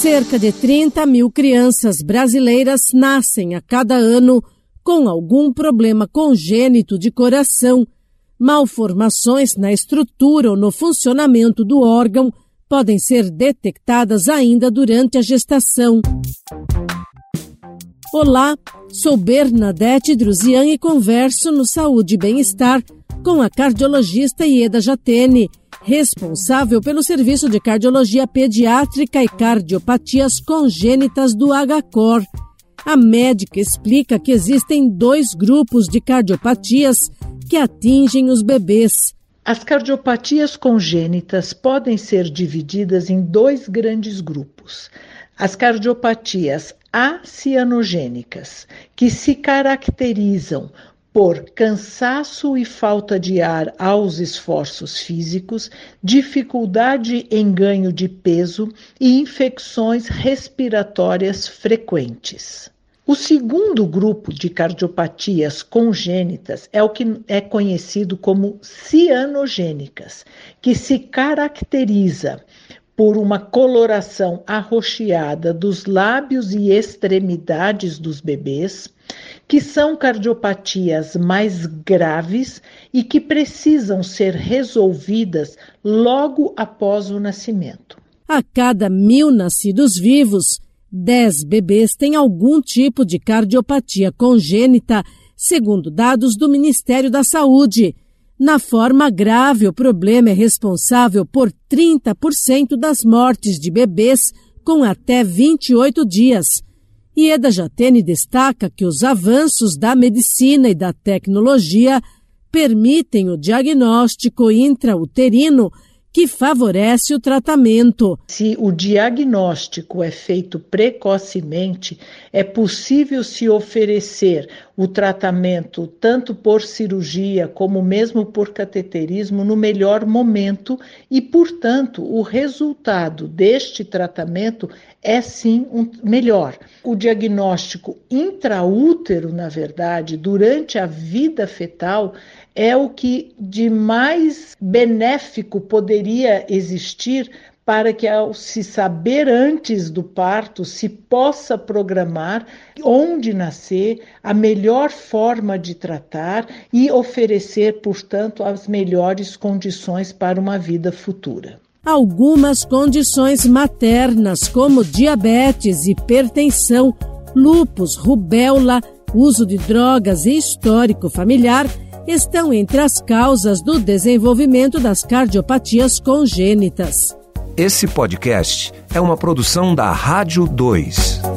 Cerca de 30 mil crianças brasileiras nascem a cada ano com algum problema congênito de coração. Malformações na estrutura ou no funcionamento do órgão podem ser detectadas ainda durante a gestação. Olá, sou Bernadette Druzian e converso no Saúde e Bem-Estar com a cardiologista Ieda Jatene, responsável pelo Serviço de Cardiologia Pediátrica e Cardiopatias Congênitas do HCOR. A médica explica que existem 2 grupos de cardiopatias que atingem os bebês. As cardiopatias congênitas podem ser divididas em 2 grandes grupos. As cardiopatias acianogênicas, que se caracterizam por cansaço e falta de ar aos esforços físicos, dificuldade em ganho de peso e infecções respiratórias frequentes. O segundo grupo de cardiopatias congênitas é o que é conhecido como cianogênicas, que se caracteriza por uma coloração arroxeada dos lábios e extremidades dos bebês, que são cardiopatias mais graves e que precisam ser resolvidas logo após o nascimento. A cada 1.000 nascidos vivos, 10 bebês têm algum tipo de cardiopatia congênita, segundo dados do Ministério da Saúde. Na forma grave, o problema é responsável por 30% das mortes de bebês com até 28 dias. Ieda Jatene destaca que os avanços da medicina e da tecnologia permitem o diagnóstico intrauterino que favorece o tratamento. Se o diagnóstico é feito precocemente, é possível se oferecer o tratamento tanto por cirurgia como mesmo por cateterismo no melhor momento e, portanto, o resultado deste tratamento é sim melhor. O diagnóstico intraútero, na verdade, durante a vida fetal, é o que de mais benéfico poderia existir para que, ao se saber antes do parto, se possa programar onde nascer, a melhor forma de tratar e oferecer, portanto, as melhores condições para uma vida futura. Algumas condições maternas, como diabetes, hipertensão, lúpus, rubéola, uso de drogas e histórico familiar, estão entre as causas do desenvolvimento das cardiopatias congênitas. Esse podcast é uma produção da Rádio 2.